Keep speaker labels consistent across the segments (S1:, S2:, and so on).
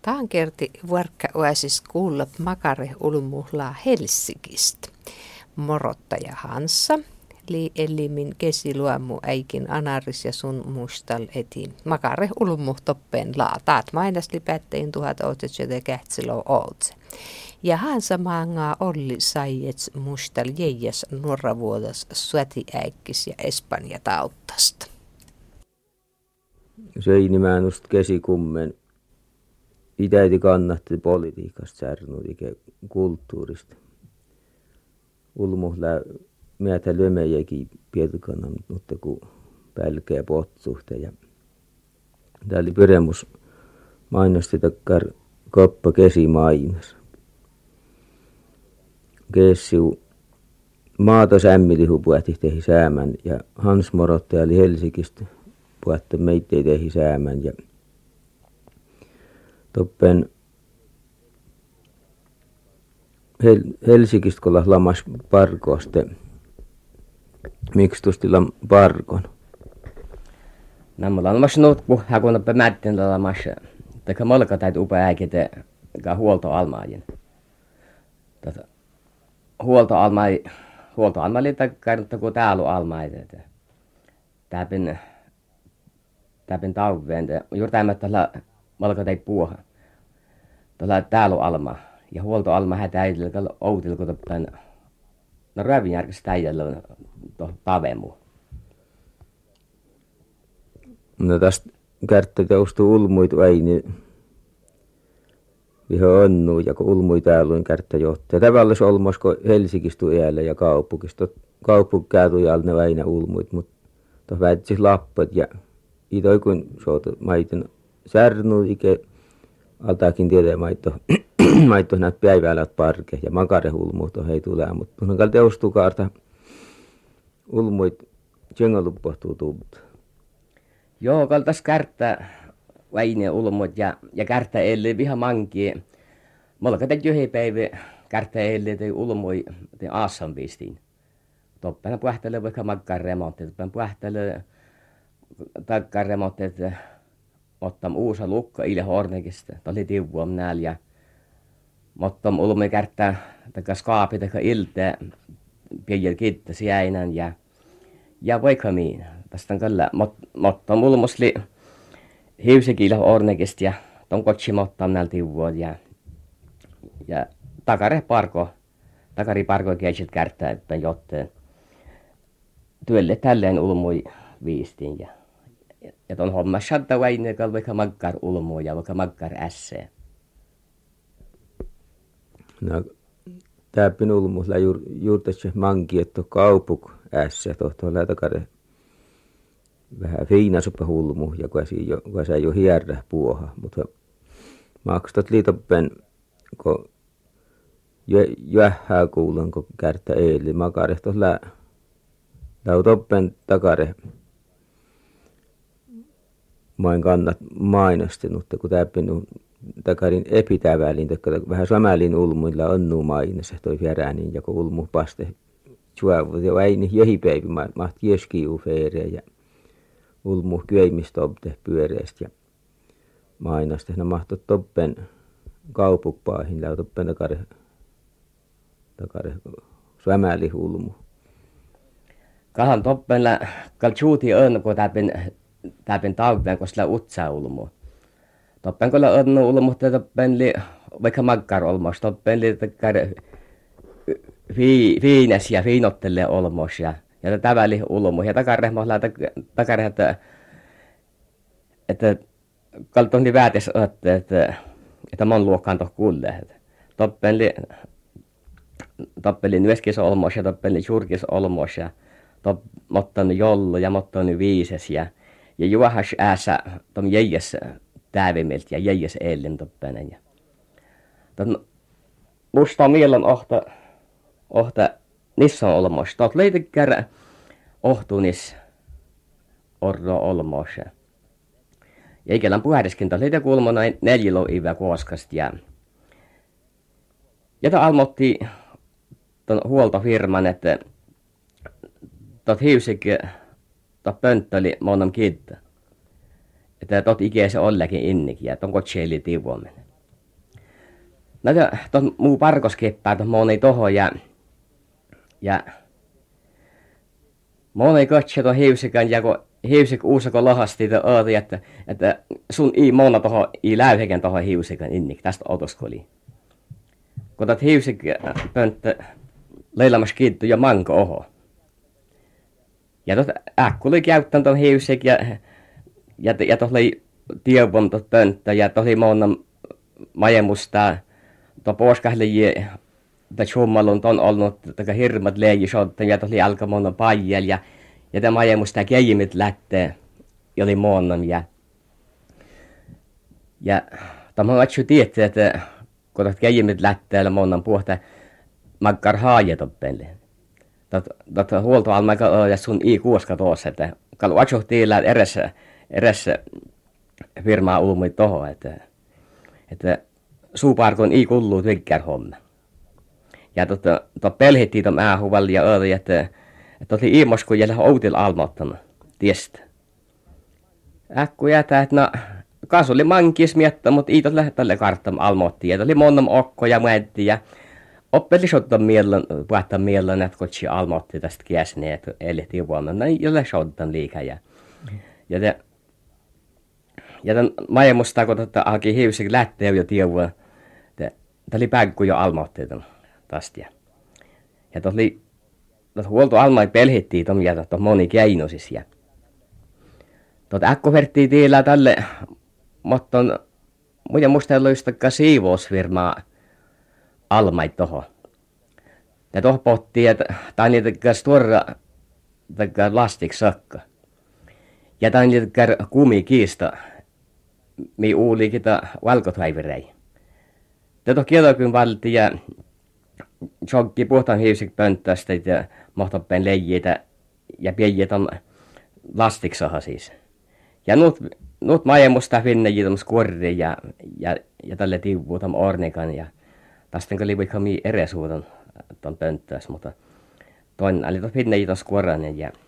S1: Taan kerti vuorkka oasis kuulla makare ulmuhlaa Helsingistä. Morottaja Hanssa, elimin kesiluomu äikin anaris ja sun muistal etiin. Makare ulmuh toppeen laataat mainasli päättäin 1800 kähtsiloo ootse. Ja Hansa maangaa Olli Saijets muistal jäijäs nuoravuodas suätiäikkis ja Espanja tauttasta.
S2: Seinimäännust kesikummen. Itäiti kannatti politiikasta särnuikä kulttuurista. Ulmuhlää mietä lömejäkin pietykana, mutta kun pälkeä potsuhte. Tää oli pyremus mainosti takkar koppa kesimainas. Kessiu maata sämmilihu puhti tehi säämän ja Hans Morottaja oli Helsingistä puhti meitä tehi säämän ja toppen Helsingistä kun lamas parkoste. Miksi tuosti parkon?
S3: Nämä lamas nuut puhhaa kun on mätten lamas. Taka malka täytyy upeäkite huoltoalmaajien. Huoltoalmaajien takkarutta kun täällä almaajat. Täpin tauveen. Juuri tämä tällä malka täytyy puuhaa. Tällä täällä alma. Ja huoltoalma hätäidellä outil kun toppen. No rövinjärkessä täidellä tavemu.
S2: No tästä kärttä teustuu ulmuitu äini. Ihan onnu ja kun ulmui täällä on kärttä johtaa. Tavallis olmos kun Helsingistä iällä ja kaupukista. Kaupuk käätui alle ne väinä ulmuit, mutta tuossa väitsis lappat ja itoi kun soota maiten särnu ikä altaakin tietää maitto näet päivälät parke ja makarehulmuut on hei tulee, mutta on kai teustuu kaarta ulmuit tjengaluppohtuu tuut.
S3: Joo, kaltas kärttä väine ulmuit ja kärttä eli viha manki. Mulla kädet johi päivä kärttä eli tei ulmui tei aasan pistiin. Toppena puhtele vaikka makkaremontti, toppena puhtele takkaremontti, että ottam uusa lukka ile hornekista. Tuli tiuvuam näl ja mottom ulmi kärttä taka skaapi taka iltä piejel kitta siäinän ja vaikka miin. Tästä on kyllä mottom ulmusli hiusikin ile hornekista ja ton kotsi mottam näl tiuvuam ja takari parko keitsit kärttä että jotte työlle tälleen ulmui viistiin ja ton homma shadda väine kal vaikka makkar ulmuu ja vaikka makkar ässee.
S2: No täppin ulmuus lä juurtaisi manki että kaupuk ässä tohtoilla takare vähän fiinasuppa hulmu ja kun se jo hierrä puoha mutta maksat liitoppen kun jähää kuulen kun kärttä eili makarehtos toppen takare main kannat mainostinut, kun täppin takarin epitävälin, vähän samalin ulmuilla onnu mainos, toi fjäräänin, ja kun ulmu paste juovut, ja väini johipäivä, mahti jeskiu feere, ja ulmu kyöimistobte pyöreästä, ja mainosta, ne mahto toppen kaupukpaahin, ja toppen takare samalin ulmu.
S3: Kahan toppella, kaltsuuti on, kun täpin tauveen, kun sillä utsaa ulmua. Toppen kun on ulmu, toppen li vaikka makkar olmos, toppen li fiines ja fiinottelee olmos ja täväli ulmu. Ja takarehmolla että kalton li väätes että mon luokkaan toh kuulee. Toppen li nyeskis olmos ja toppen li surkis olmos ja motton jollu ja motton viises ja juohas äässä tom jäijäs tävimiltä ja jäijäs eellin toppenen. Ja musta mielon ohta nissä on olmos. Tot leitikär ohtunis orro olmos. Ja ikälän puhdiskin tot leitä kulmo noin 4 ivä kuoskast ja ta almotti ton huoltofirman, että tot hiusik tot pönttöli monom kiittää. Että tot ikäisen ollekin innikin ja ton kotseili tivuomen. näitä tuon muu parkoskeppää tuon moni toho ja moni katse tuon hiusikan ja kun hiusik uusako lahasti tuon ooti, että sun ei mona toho ei läyhekän toho hiusikan innik tästä otoskoli. Kun tuot hiusik pönttö leilamas kiittu ja manko oho. Ja tuot äkku oli käyttänyt tuon hiusik ja tuossa oli tievon tuot pönttö ja tuossa oli mona majemustaa tuo poskahli tai chummalun on ollut hirmat leijisottan ja tuossa oli alka mona pajjel ja tämä majemustaa keijimit lähtee ja oli monan ja tämä on atsu tietty, että kun tuot keijimit lähtee monan puhta makkar haajetoppeille. Tuot huoltoalmaika on ja sun ei kuoska tuossa, että kallu atsu tiillä erässä firmaa uumui toho, että suuparkon ei kulluu tykkär homma. Ja tuo pelhettiin tuon äähuvalli ja ööli, että oli ilmas, kun jäljellä outil almoittanut tiestä. Äkku jätä, että no, kas oli mankis miettä, mutta ei tuolla tälle karttam almoitti. Ja oli monnom okko ja mietti ja oppeli sottan mielän, että kotsi almoitti tästä kiesneä, että elehtiin vuonna. No ei ole sottan liikaa. Ja tämän majemusta, kun alkoi hiusikin lähteä jo tievua, tämä oli pänkku jo almoitti tästä. Ja tuossa huoltoalmai pelhettiin tuossa moni keinosis. Ja tuota äkkoverttiin tiellä tälle, mutta muuten musta loistakaan siivousfirmaa almait toho. Ja tuohon pohtii, että tämä on niitä tuora lastiksi sakka. Ja tämä on niitä kumikiista, mi uulikin valkothaivirei. Tätä kielokyn valti ja chokki puhtaan hiusik pönttästä ja mohtoppeen leijitä ja piejät on lastiksaha siis. Ja nuut majemusta finnejit on skuorri ja tälle tiivuu tam ornikan ja tästä oli vaikka mii eresuuton ton pönttös, mutta toinen oli tuot finnejit on skuoranen ja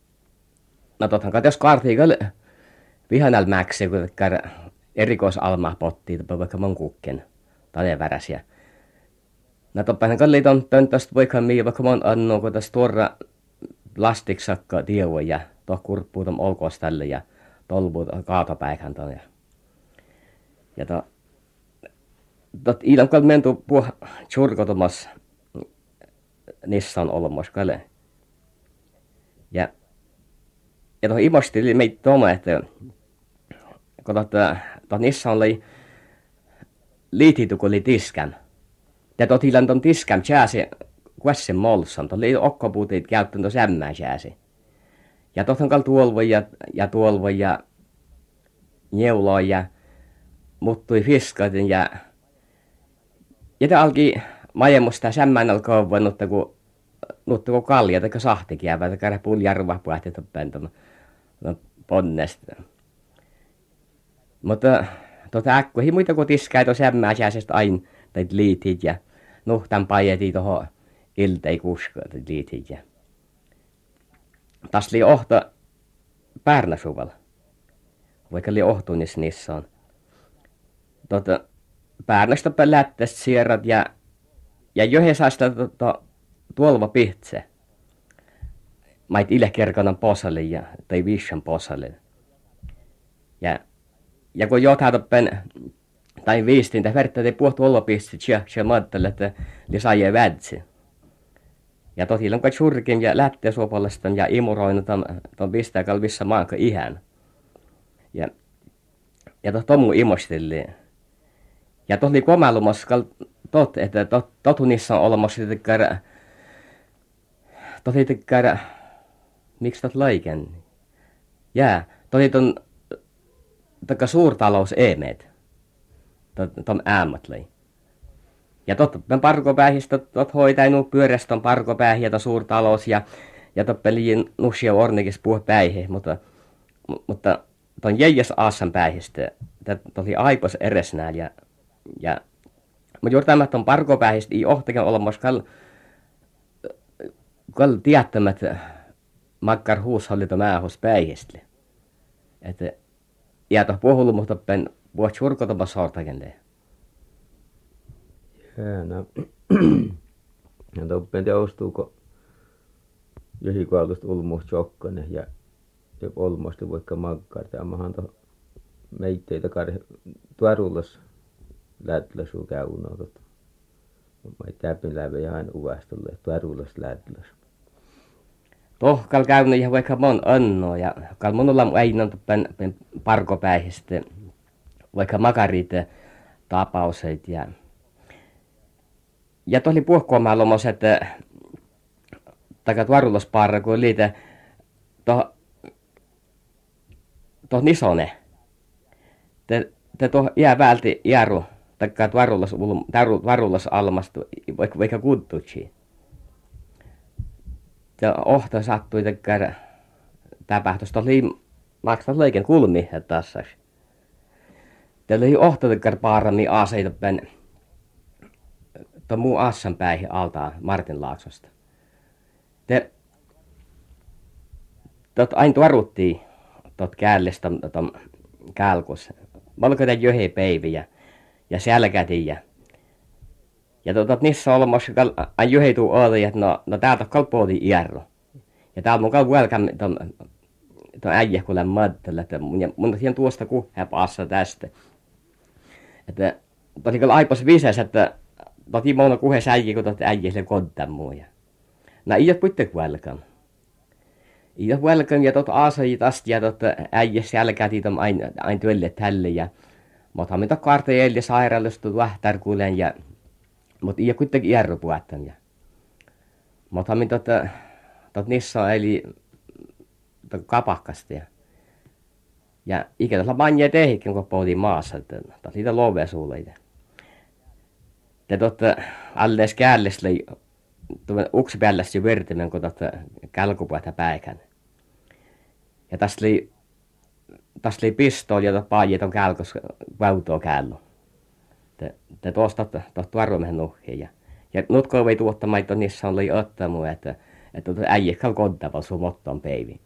S3: no tottahan kai jos kaartiikal vihanal mäksi, kun erikoisalmaa pottii vaikka mon kukken tane väräs ja no toppahan kalli ton pöntöstä vaikka mii vaikka mon annu, kun tässä tuora lastiksakka tievo ja tuoh kurppuu tom olkoos tälle ja tolpuu kaatopäikän ton ja tot ilan kal mentu puh churkotomas Nissan olmos kale. Ja tuohon imostili meitä tuoma, että kun tuohon Nissan oli liititu, kun oli tiskän. Ja tuohon ilan tuon tiskän tjääsi kuessen molsan. Tuohon oli okkopuutit käyttänyt tuossa ämmää tjääsi. Ja tuohon kal tuolvoi ja neuloi ja muuttui fiskatin ja te alki majemusta sämmään alkaa vannutta kun kalja tai sahtikiävä tai käydä puun jarva puhti toppen ponnesta. Mutta äkku ei muita kuin tiskaa tuossa sämmää sääsestä aina tai liitit ja nuhtan pajetiin tuohon iltei kuskoa tai liitit ja tässä oli ohto Pärnäsuvalla. Vaikka oli ohtunis niissä on. Pärnästä lättästä sierrat ja johdessa sitä tuolva pihtse. Mait ilehkerkanan posalle tai vishan posalle. Ja kun jotain toppen tai viistintä vertaisesti puhuttu tuolva pihtse, se maattele, että li saajee vädsi. Ja totilan kai surkin ja lähtee suopallastan ja imuroinut ton pistää kalvissa maanka ihan. Ja tomu imosteli. Ja tohli komelumassa että totunissa on olemassa tohli miksi tot laiken? Tohli ton suurtalous eemeet. Ton äämätlei. Ja toppen parkopäihistä tot hoitainu pyörästön parkopäihi ja suurtalous ja toppeliin nussia ornikis puhe päihi, mutta ton jäijäs aassan päihistä, tohli aipos eresnää ja mutta juuri tämä on parkopäihistä ei ohtakin olemassa kal tietämät makkar huushallito määhus päihistä. Että ja tuoh puhulu mutta pen puhut surkotopas sortakenle.
S2: No, ja toppen teostuuko jehikaalusta ulmuus jokkanen ja olmosti vaikka makkarta. Amahan to meitteitä karhe tuarullas lätläsuu käynootot. Mä täpin läpi ja aina uvastolle tuarullas lätläs.
S3: Tohkal käynyt ihan vaikka mon annoa ja kal monulla äinän toppen parkopäihistä vaikka makarit tapauset ja tohli puhkoamaan lomos, että takat varulosparra, kun liitä toh nisone. Te toh jää välti jääru, takat varulos almastu, vaikka kuttutsi. Ja ohto sattui takkar täpähtös, tohli maksat leiken kulmi, että tässä. Teillä oli ohto takkar paarami aseita pen tuon muu Assan päihin alta Martinlaaksosta. Tot aina tuaruttiin tot käällestä ton kälkus. Malko tän jöhe päiviä ja sälkätiin ja tot niissä olmassa aina jöhe tuu oli, että no täältä kalpooti iärro. Ja täällä mun kalpo välkäm ton äijä kuule mattella, että mun tien tuosta kuhäpaassa tästä. Että tosi kyllä aipas vises, että toti mouna kuhes äijä, kun tot äijäselle koddan muuja. No ei ole puitteet välkän. Ei ole välkän ja tot aasajit asti ja tot äijäs jälkäti tom aina työlle tälle ja mutta mitä kartajelle sairaalasta vähtärkuulen ja mutta ei ole kuitenkin järro puhuttan ja mutta mitä tot niissä eli kapakkasta ja ikä tuolla manja tehikin kun pohtiin maassa että niitä lovea suuleita. Ja alles käälles oli uksi päällästi vertimen, kun kälkupuhta päikän. Ja tässä oli pistooli, jota paijat on kälkos vautoa källu. Te tuosta varumehen nuhkiin. Ja nutko vei tuottamaan, että niissä oli ottamu, että äijäkään kontava sun mottoon päivi.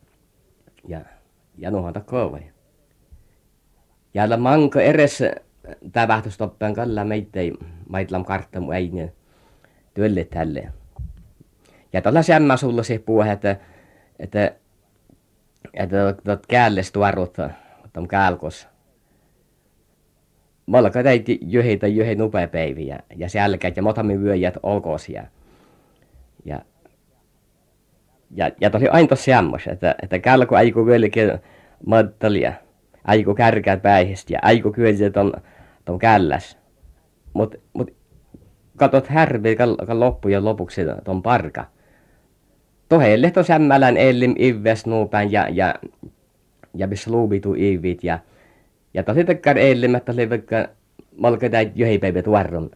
S3: Ja nuhan takkovai. Ja manko eres tävähtöstoppeen kalla meitei maitlam karttamu äinen työlle tälle. Ja tällä sämmä sulla se puhe, että käälles tuarut tom kälkos. Malka täiti jöheitä nupea päiviä ja sälkät ja motamme vyöjät olkoosia. Ja tosi aina tossa sämmäs, että kälko aiku vyöllikin mattalia. Aiku kärkäät päihestä ja aiku kyöljä ton källäs. Mut katot härvi kal loppujen lopuksi ton parka. Tohelle to sämmälän ellim ives nuupäin ja missä luubitu ivit ja tosi tekkär ellim, että oli vaikka malka täit jöhipäivät varron.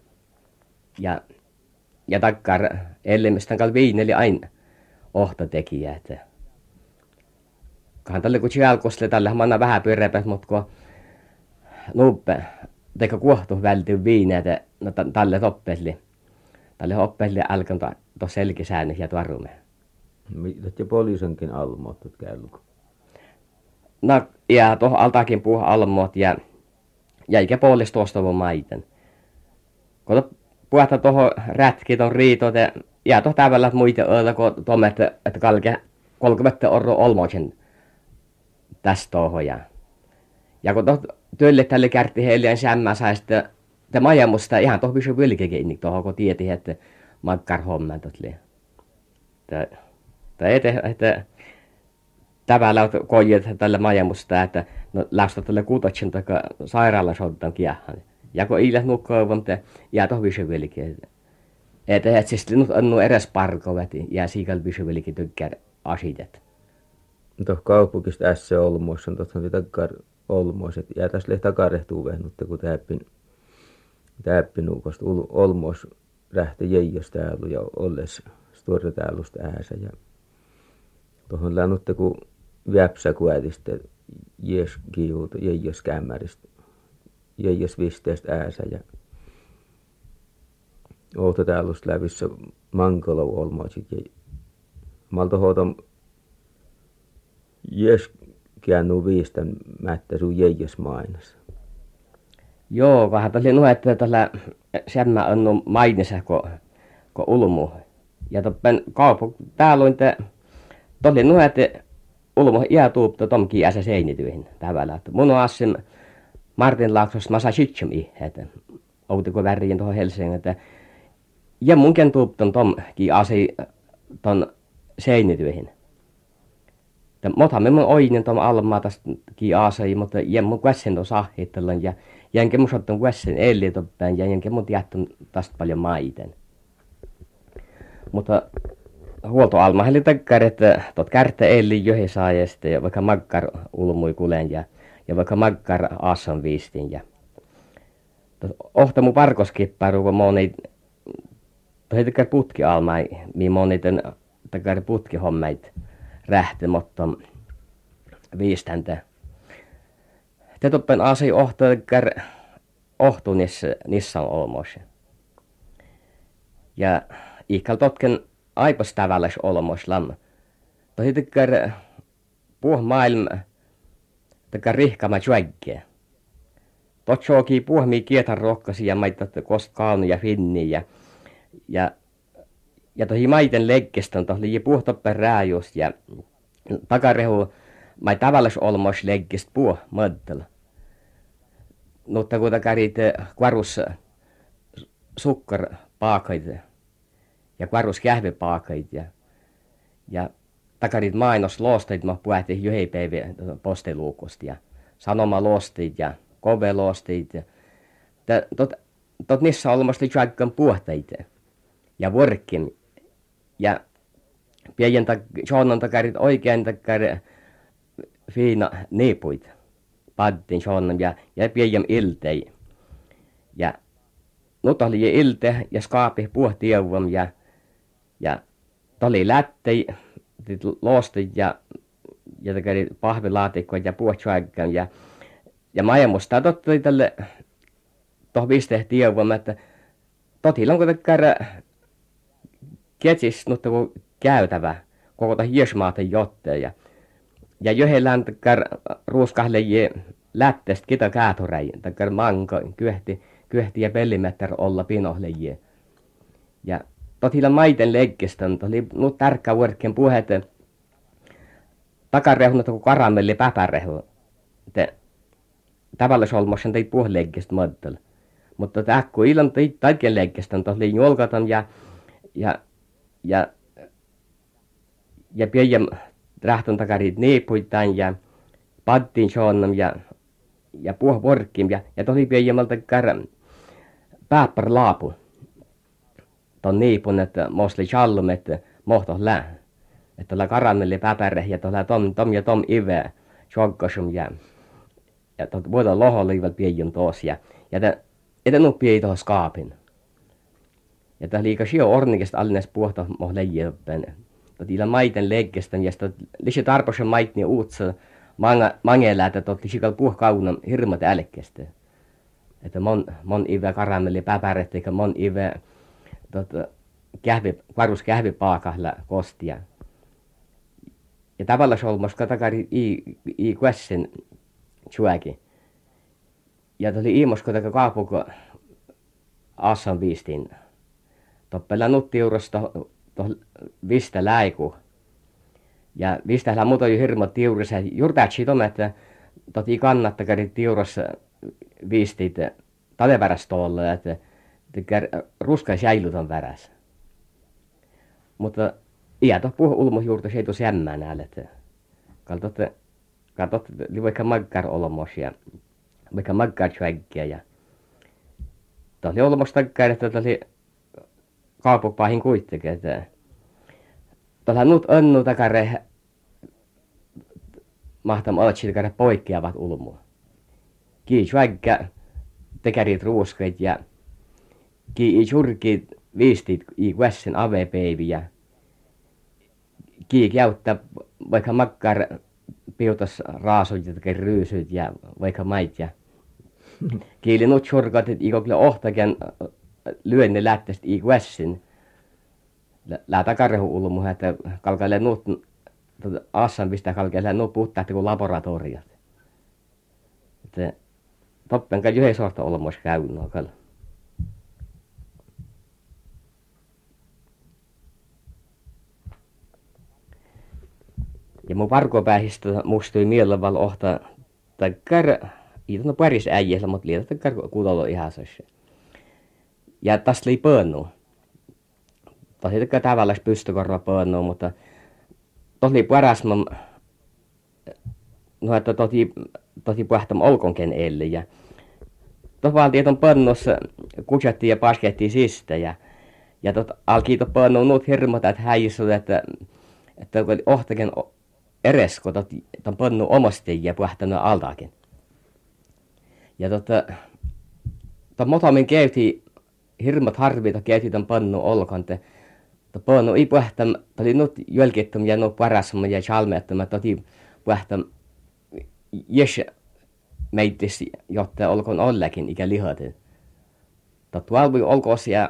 S3: Ja takkar ellimistän kal viineli aina ohtotekijä, että kahan tälle kun tjälkosle tälle manna vähän pyörepäs, mut kun nuuppe teka kuohtu vältyy viineitä, no tälle oppesli älkän to selkisäännös ja tuarume.
S2: Mitäs ja poliisankin almoittat kälku?
S3: No ja tohon altakin puuha almoit ja eikä puolis tuosta voi maiten. Kun puhata tohon rätki ton riitot ja toh tävällä muita öillä kun tuomme, että kalke 30 € olmoisen tästä tohon ja kun toh työlle tälle kärtti heille sämmä sai sitten te majamusta ihan tohon pysy vilkekin inni tohon kun tieti, että makkar homman totli. Että tävällä koijat tälle majamusta, että no lähtö tälle kutotsen takaa sairaalan sodan kiahan. Ja kun iilet nukkoo, mutta jää tohon pysy vilkekin. Että siis nyt annu eräs parkovat ja siikal pysy vilkekin tykkää asitet.
S2: Tuoh kaupungista ässä olmoissa on tuossa takkar olmoiset. Ja tässä lehtä karehtuu vehnutte, kun täppinuukosta olmois lähti jäijäs täällä ja olles storre täällusta ääsä. Ja tuohon lännutte, kun väpsä kuätistä jäs kiuuta, jäijäs kämmäristä, jäijäs visteestä ääsä. Ja ohto täällusta lävissä mankolou olmoisit. Ja malta hoitam jäs käännu viistän mättä sun jäijäs mainas.
S3: Joo, vähän tuli nuo, että tällä semmä on mainissa, kun ulmu. Ja toppen kaupu täällä on, tuli nuo, että ulmu iä tuupto tomkin äsä seinityihin tavallaan. Mun on asim Martin Laaksossa mä saan sytsum että outiko väriin tuohon Helsingin, että ja munkin tuupton tomkin asi ton seinityihin. Mutta me mun oinen tuon almaa tästä kiasai, mutta mun kuessen on sahittelun ja jänke mun sottun kuessen eli toppään ja jänke mun jättön tästä paljon maiten. Mutta huoltoalma oli takkar, että tot kärttä eli johi saajasta ja vaikka makkar ulmui kulen ja vaikka makkar aasan viistin ja ohta mun parkoskipparu, kun moni toi takkar putkialmai, mi moni tän takkar putkihommait rähti, mutta viistäntä. Te toppen asui ohtakkar ohtu niissä on olmoissa. Ja ihkal totken aipas tavallis olmoissa lamma. Toi takkar puh maailma takkar rihkama juäggeä. Tot sooki puhmii kietan rokkasi ja maittat kost kaunu ja finni ja tohi maiten leggestön tohi puhtoppen rääjus ja takarehu mai tavallis olmos leggest puh mõddel. Mutta kun takarit kvarus sukkarpaakait ja kvarus kähvipaakait ja takarit mainos loostait ma puhti juhipäivi postiluukost ja sanoma loostit ja kove loostit ja tot niissä olmosti juakkan puhteita ja vorkin ja pienen soonan takarit oikein takar fiina niipuit padtin soonan ja pienen iltei ja nyt oli ilte ja skaapi puhtievom ja tuli lättei loostit ja takarit pahvilaatikko ja puhtsuakkan ja maailmasta tottui tälle toh vistehtieuvom että totilla onko takar ketsis mutta kun käytävä koko ta hiesmaata jotte ja johellään takkar ruuskahle lättestä kita kääturäi takkar manko kyhti ja pellimetter olla pinohle ja totilla maiten leggestön oli nyt tärkkä vuorken puhet takarehunut kun karamelli päpärehu te tavallis olmossen teit puhleggest moddel mutta täkku illan teit taikien leggestön oli julkatan ja pienen rahton takarit niipuitain ja padtin soonnam ja puhvorkkim ja tosi pienemmältä takar pääppär laapu ton niipun että mosli challum että mohtoh lää että tuolla karamelli päpäre ja tuolla tom ive chokkosum ja tot vuoda loholiival pienen toos ja että nu piei tohon skaapin. Ja tämä liika sio ornikesta allines puhta moh leijeppen. Totilla maiten leggestän ja sitten lisi tarpoisen maitni uutsa mangella, että tot lisikal puh kaunam hirmat älkkestä. Että mon ive karamelli päpäret eikä mon ive kvarus kähvipaakahla kostia. Ja tavallaan olmos katakari i kuessen suäki. Ja tuli iimosko taka kaapuko aasan viistin. Toppella nuttiurosta vistä läiku. Ja vistähllä muuta jo hirmo tiurissa. Jurtaatsi tome, että toti kannattakari tiurossa viistit talevärästolla, että ruska säilytön väräs. Mutta iätä puhu ulmusjuurta se ei tuossa jämmää näille, että katsot vaikka makkar olmos ja vaikka makkar tjäkkiä ja tuli olmos takkar, että tuli kaupupaahin kuitenkin, että tuolla nyt onnu takare mahtam otsi takare poikkeavat ulmua. Kii tjäkkä tekärit ruuskait ja kii jurkit viistit i kuessen avepäivi ja kii käyttää vaikka makkar piutas raasut ja ryysyt ja vaikka mait ja kiili nyt jurkat, että ikokle ohtaken lyönne lähtestä i kuessin lää takarehu ulmu, että kalkailee nuut assan pistää kalkailee nuut puhtaat kuin laboratoriat. Että toppenka yhden sorta olmos käynyt kalla. Ja mun parkopäähistä mustui mielenval ohta takkar iitän paris äijällä, mutta liitä takkar kutolo ihasessa. Ja tästä oli pöönnu. Tosi takkar tavallaan pystykorva pöönnu, mutta tosi paras mun no että toti puhtam olkonken elle ja tovaltiin ton pönnossa kutsattiin ja paskettiin sistä ja alkii to pönnu nuut hirmota että häijissut että kun ohtaken eresko ton pönnu omasti ja puhtanut altaakin. Ja ton motomin käytiin hirmat harvita käytiin ton pönnu olkon te pönnu ei puhtam tuli nuut jälkittum ja nuut parasma ja chalmeettomat toti puhtam jes meittis jotta olkoon ollekin ikä lihaten. Tuolvi olkoos ja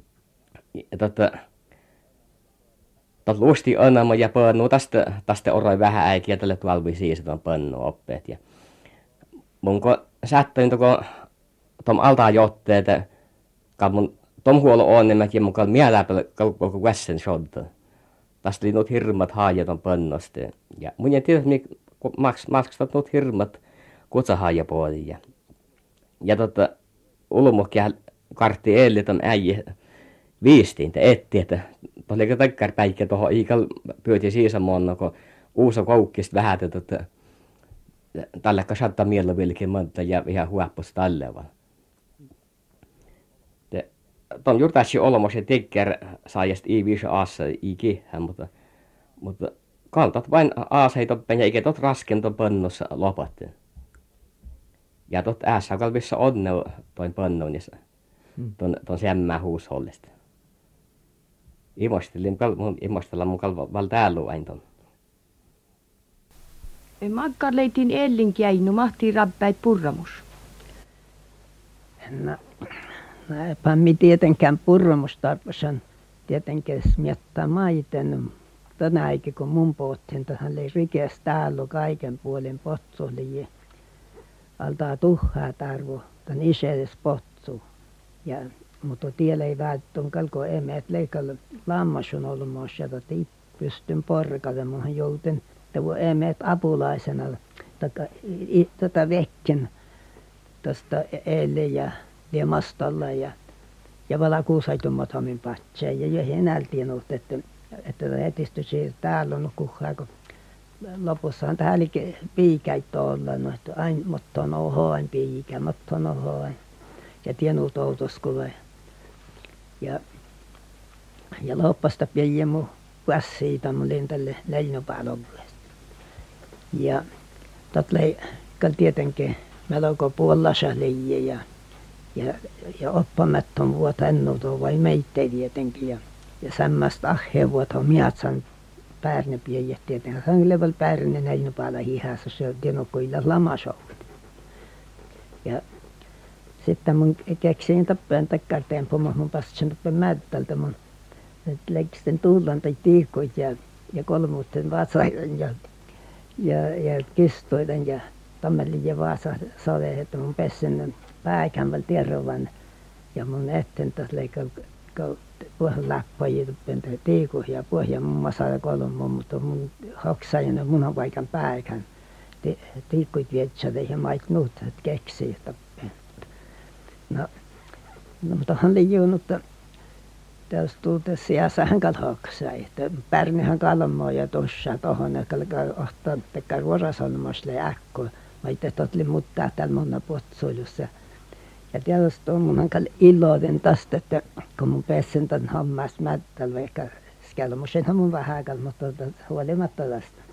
S3: lusti onama ja pönnu tästä oroi vähän äikiä tälle tuolvi siis on pönnu oppeet ja munko sättöin tom altaa jotteet mun tom huolo on nämä ja mukaan mieläpä kalko vässen shodda. Tästä oli nuut hirmat haajat on pönnosta ja mun ei tiedä maksat nuut hirmat kutsahaajapuolia. Ja ulmokia kartti eelle ton äijä viistiin, etti, että oliko takkarpäikkä tuohon iikal pyöti siisamonna, kun uuso koukkista vähän, että tällä kasattaa miellä vilkeä monta ja ihan huoppus tälle vaan. Ton juurtaisi olmos ja tekkär saajast i viisa aassa i kihään, mutta kaltat vain aaseitoppen ja ikä tot raskenton pönnossa lopatte. Ja tot äässä kalvissa onneu toin pönnon ja ton sämmää huushollista. Imostella mun kalval täällä aina ton.
S4: Makkar leitin ellinkäinu, mahtii rabpäit purramus.
S5: No eipä tietenkään purramustarpeeseen tietenkään miettaa maiten. Tänä aikaa kun mun pohtin, tähän oli rikeäs täällä kaiken puolen potsu oli altaa tuhaa tarvo, tän isedes potsu. Ja mutta tiellä ei välttämättä kalko emeet leikalla lammasun olmoos ja ei pystyn porkalle, munhan jouten tuo emeet apulaisena tätä vekken tästä eelle ja mastalla ja valakuusaitummat hamin patseen ja joihin nältiin että etistö siitä täällä on kuhaa, kun lopussahan täällä piikäitä olla, no että aina mutta on ohoin piikä, mutta on ohoin ja tienut outoskule ja loppasta pieni mun käsiitä mun lentälle leinopäälovuudesta. Ja totlei tietenkin melko puolassa leijä ja oppamatton vuota ennuutua vai meitä tietenkin ja semmoista ahheen vuota on miatsan päärne pieniä tietenkin. Hän level päärne näin päällä hihassa se tienokoilla lamasoulut. Ja sitten mun keksin tappeen takkarteen pomon mun passin tappeen mättältä mun leikisten tullan tai tiikkoit ja kolmuutten vaatsaiden ja kistoiden ja tammelin ja vaasa sade että mun pessin pääkän val tierrovan ja mun etten taas leikkaa puolen läppäjiä tappeen tiikko ja pohja mun masada kolmu mutta mun hoksajana munhan paikan pääkän tiikkoit vietsade ja mait nuut että keksii tappeen. No mutta hän oli juonut tässä tulta sijassa hän kalhoksai että pärnihän kalmoa ja tuossa tohon että ottaa tekee ruorasolmasle äkko vaikka totli muuttaa täällä monna potsuilussa ja tietysti on munhan kal iloinen tästä että kun mun pessin tän hammas mättällä vaikka skelmusenhan mun vähän mutta huolimatta tästä.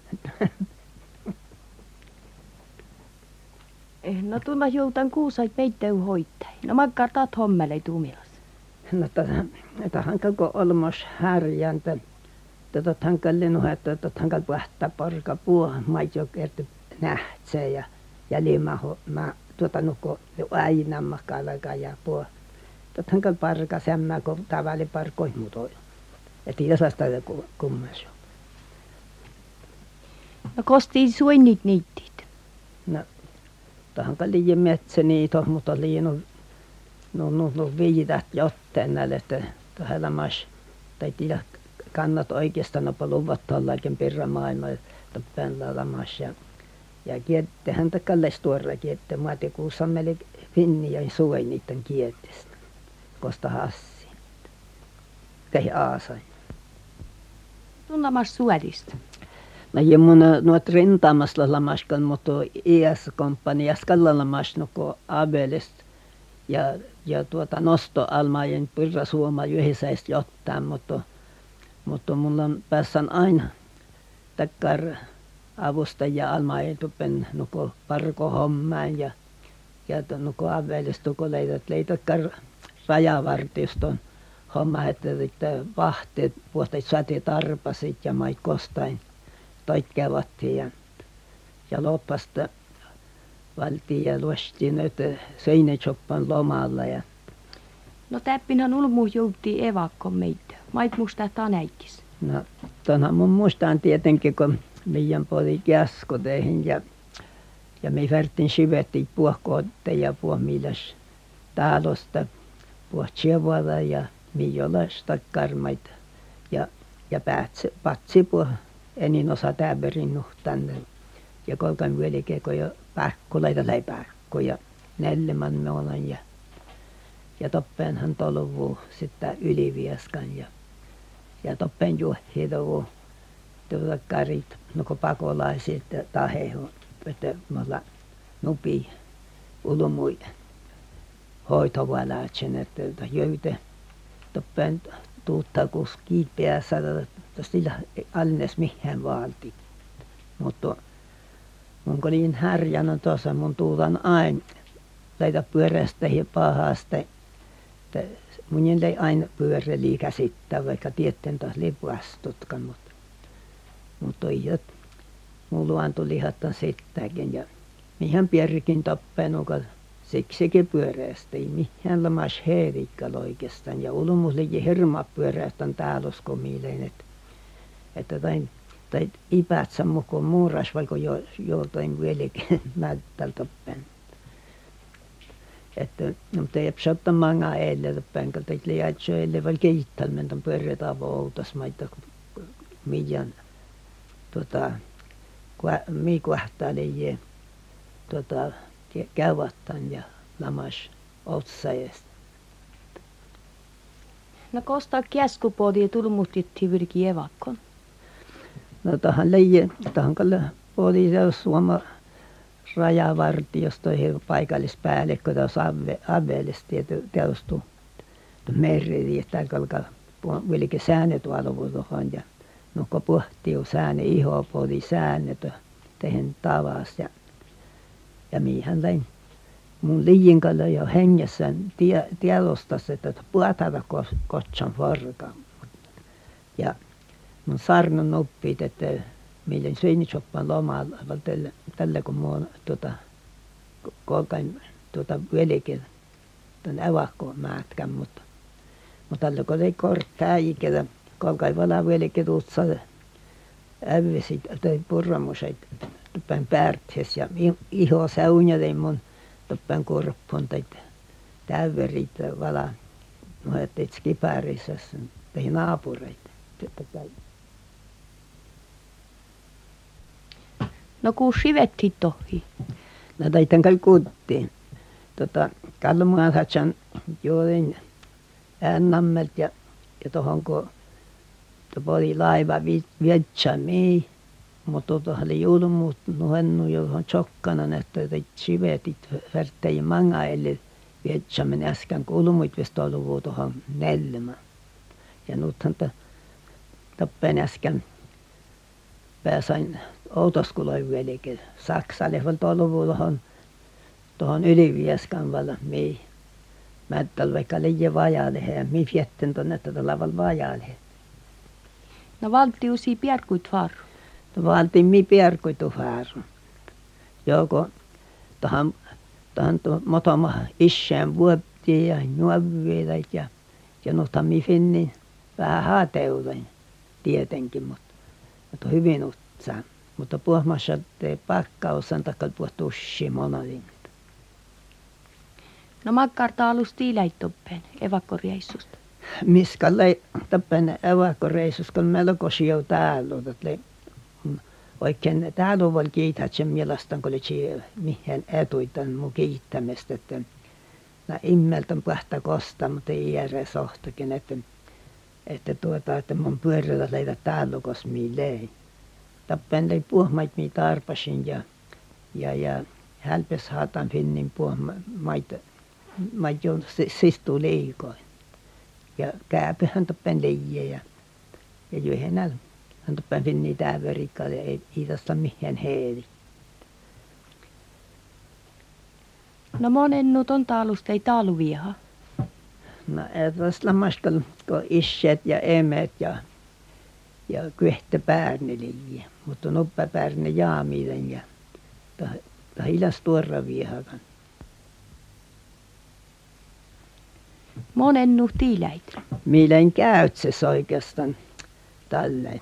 S4: No tulla joutan kuusait peittäy hoittai. No makkar taat hommelei tuumilas.
S5: No tähän koko olmos härjäntä. Tähän kallin että tähän puhtaa porka puo maitjo kerty nähtsee ja limaho mä nuko aina makalaga ja puo. Tähän parka semmä kun tavalli parkoi mutoi. Et jasasta kummas.
S4: No kostiin suinnit niittit.
S5: No Tähän liian metsäniito, mutta liian no viidat jotain näille, että tähän lamas, tai tiedä kannat oikeastaan no luvat tällaisen perran maailmaa, että päällä lamas ja kiettehän takalles tuolla kiette, mä te kuusan meille finni ja suoi niiden kiettestä, kosta hassi, tehi aasai.
S4: Tunnamas suolista.
S5: No ja mun nuot rintamasla lamaskan, mutta IS-komppanias kalla lamas nuko Abelist ja nostoalmaajien pyrra suoma yhdessä jotain, mutta mulla on päässän aina takkar avustajia almaajien tupen nuko parko hommaan ja nuko Abelist nuko leitakkar rajavartioston homma, että vahteet puhtaat saatiin tarpasit ja mait kostain toikkeavattiin ja loppasta valtiin ja luostiin näitä seinächoppan lomalla.
S4: No täppinhän ulmu joutii evakko meitä. Mait musta tänäikis.
S5: No tonhan mun muistaan tietenkin, kun meidän poli käskoteihin ja me värtin syvettiin puohkootte ja puohmiilas taalosta puohtsevuada ja millaista karmaita ja patsi enin osa täberin nuhtanne ja kolkan vieläkin jo päkkuleita läipäkku ja nellemän me olen ja toppeenhan tolvuu sitten ylivieskan ja toppeen juohhiitovu tuota karit nuko pakolaiset tahehu että mulla nupi ulmui hoitovalatsen että jöyte toppeen tuuttaa kus kiipeässä sillä alnes mihin valti. Mutta mun olin härjänä tuossa mun tuutan aina leita pyörästä ja pahasta. Mun ei aina pyöräli käsittää vaikka tietten taas lipuastutkan, mutta ei mun luontolihattan sitäkin ja mihän pierrikin toppeen uka siksikin pyörästä ei mihin lamas heerikkal oikeastaan ja ulmus liki hirma pyörästän täällä mielein että tai ipätsä mukaan muuras vaikka joltain vieläkin näyttää toppeen. Että no mutta ei psatta manga eelle toppeen kalta ei liiatso eelle vaikka keittalmen ton pyöreät avoutas maita miljan miikuahtaa leijää käyvattan ja lamas otsajesta.
S4: No kosta käskupodi ja tulmustitti virki evakkon.
S5: No tähän leijä, tähän kalle podi se suoma rajavartiosto ja paikallispäällikkö tuossa Abelista ja teostu merri, että kalka vieläkin säännöt valvoi tuohon ja nuko pohtiu säännö ihopodi säännöt tehen tavas ja mihän läin mun liijinkalla jo hengessä tiedostas, että puhatava kotsan forka. Ja mun sarnon oppit, että millen seinächoppan lomalla, tällä kun mun kolkain vieläkin tämän evakkoon määtkän, mutta tällä kun ei korttaa ikällä, kolkain vala vieläkin tuutsa ävysit, tai purramuset, tuppen päärthes ja iho säunjälein mun tuppen kurppon tai täyverit vala, no että et skipärissa, tai naapureita.
S4: No kun sivetti tohi.
S5: No taitan kai kuttiin. Kalmuan hatsan joodin äännammelt ja tohon kun oli laiva vietsami, mutta tuohon oli julmuut nuhennu johon tjokkana, että sivetit värttäin manga eli vietsamen äsken kun ulmuit vistoluvuu tuohon nellemä. Ja nythän toppeen äsken pääsain Outoskuloin vieläkin Saksalle toluvuu tuohon Ylivieskan valla mii. Mä et vaikka liian vajaalle ja mii vietten tuonne tuolla vajaalle.
S4: No valtiusi piarkuit varu.
S5: No valtiin mii piarkuitu varu. Joko tuohon motoma isään vuottiin ja juovivat ja nuhtan mii finnin vähän haateulen tietenkin, mutta hyvin utsaan. Mutta puhmassa te pakkausan takkal puhtuu monalin.
S4: No makkarta alus tiiläittoppeen evakkoreissusta.
S5: Miskalle tappen evakkoreissus, kun melko sijo täällä. Oikein täällä on kiittää sen mielestään, kun oli mihin etuitan mun kiittämistä. Että immeltä on pähtä kosta, mutta ei järjä sohtakin. Että mun pyörällä leitä täällä, kos miilei. Tappen lei puhmait mi tarpasin ja hälpes haatan finnin puhmaita. Mä joudun sistu liikoin. Ja kääpyhän tappen leijä ja joihin hän tappen finni tävärikkaille ja ei tästä mihin heeri.
S4: No monen nyt on taalusta ei taalu vieha.
S5: No tästä lammaskal kun isät ja emet ja kyhtä päärneliä. Mutta noppa päärne jaamiden ja hilas tuora viehakan.
S4: Monen nu tiiläit.
S5: Mielen käytses oikeastaan tälleen.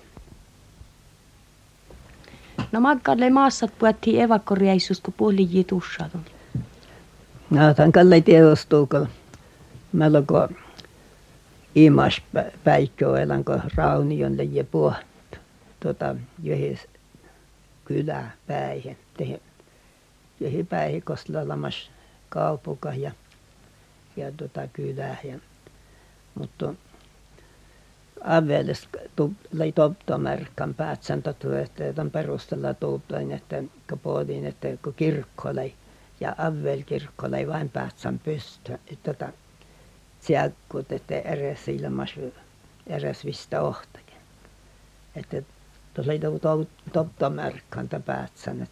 S4: No makkarle maassat puhuttiin evakkoreissusta, kun puoliji tussaatun.
S5: No tämän kalle tiedostuu, kun melko imas päikkööelän, kun Raunion leijä puhut johon kyläpäihin. Johon päihin kostella lamas kaupuka ja kylää. Mutta Aveles lei toptomärkan päätsän tämän perusteella tuutain, että pohdin, että kun kirkko lei ja Avel kirkko lei vain päätsän pystyä. Sielkut, että eräs ilmas eräs vista ohtakin. Että tuossa lei toptomärkan tämän päätsän.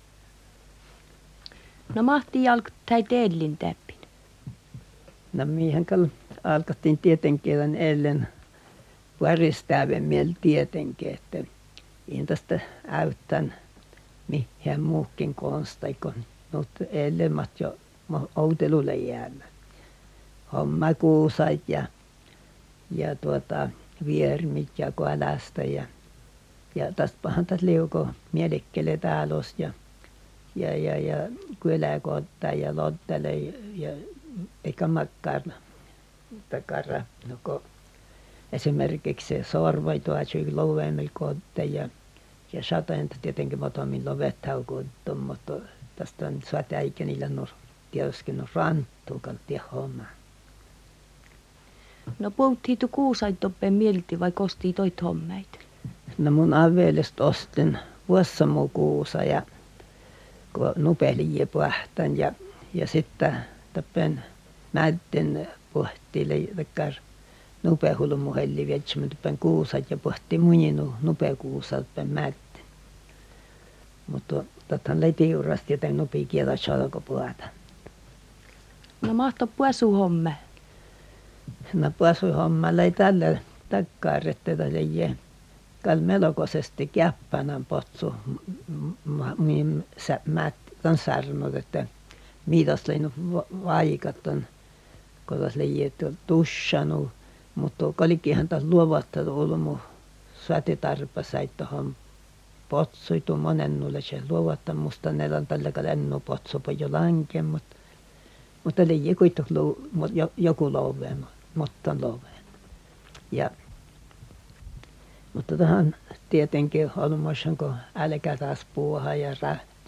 S4: No mahti jalktai teellin täppin.
S5: No mihin alkattiin tietenkin eilen väristävän mieli tietenkin, että ei tästä äyttän mihin muukin konsta, kun eilemmat jo outelulle jäällä. Hommakuusait ja viermit ja koalasta ja tästä pahan tästä liuko mielekkele taalos ja kyläkotta ja lottele ja eikä takara, no kun esimerkiksi se sorvai tuossa louvemmilla kotta ja satainta tietenkin matamin lovettaukoutta, mutta tästä on suota eikä niillä tietysti ranttu kaltia hommaa.
S4: No puhuttiin tu kuusaitoppeen mielti vai kostii toit hommeita?
S5: No mun avelesta ostin vuossamukuusa ja kun nupeliä puhtan ja sitten tappen mätten puhtille takkar nupehulmuhelli vietsemme tappen kuusat ja puhti muninu nupekuusat tappen mätten. Mutta tathan lei tiurasti joten nupi kielä salko puhata.
S4: No mahto puesuhomme.
S5: No puesuhomma lei tälle takkar, että lei melkoisesti käppänän potsu tämän sarnut, että mitäs leinu vaikat on, kun tässä leijät on tussannut, mutta kolikinhan tässä luovuttanut ulmu suotitarpasait tuohon potsuitu monennulle se luovuttanut, musta ne on tällä lennu potsupa jo lanken, mutta leijä kuitenkin joku louveen, mutta on louveen. Mutta tähän tietenkin olmoisen, kun älkää taas puuhaa ja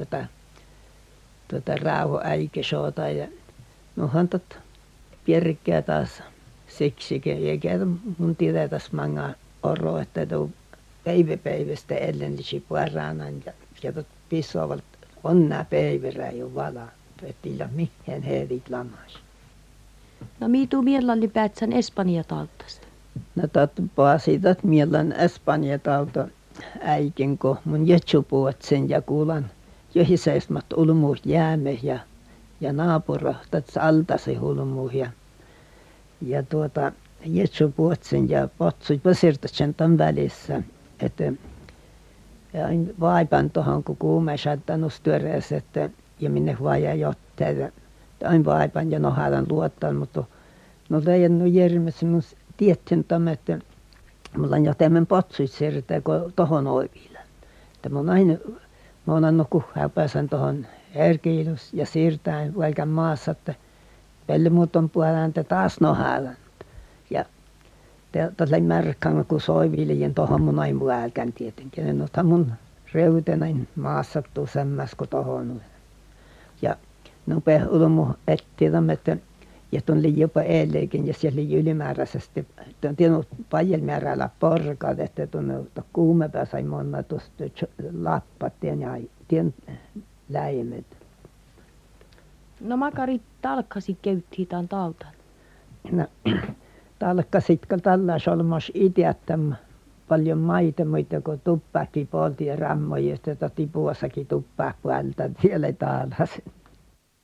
S5: rauho äikesoota ja nohan pierkkää taas siksikin. Eikä mun tiedä tässä manga oro, että tuo päivästä ellennisi puharanan ja pissuavat onnaa päivärää jo valaa. Että ei ole mihin heidät lamas.
S4: No miituu mielalli päätsän Espanja tautasta.
S5: No siitä mielän Espanja tauta äikin, kun mun jetsupuot sen ja kuulan johiseismat ulmuut jääme ja naapura tässä altasi hulmuut ja jetsupuot sen ja potsui pasirta sen tämän välissä, että vaipan tuohon kun kuume saattanut työreässä, että ja minne vaan jää jotain aina vaipan ja nohalan luottaan, mutta no leijan järjessä mun tietyn tämä, että mulla on jotain potsuit siirtää kuin tuohon oiville. Että mä oon annut kuhaa pääsen tuohon Erkiilus ja siirtäen vaikka maassa, että pelmuuton puolen te taas nohalan. Ja tällä märkään kun soiviljen tuohon mun ei muualkään tietenkin. No mun reutenain maassa tusemmas kuin tohon. Ja nopea ulmu ettiämme, että ja tuon oli jopa eilenkin ja siellä oli ylimääräisesti tuon tiennyt paljon määrällä porkat, että tuonne kuumepää sai monna tuosta lappat ja tien läimet.
S4: No makarit talkkasi köyttiin tämän tautan.
S5: No talkkasit kun tällä solmos itseättäm paljon maita muita kuin tuppaakin polti ja rammoja, että tipuassakin tuppaa puolta vielä taalas.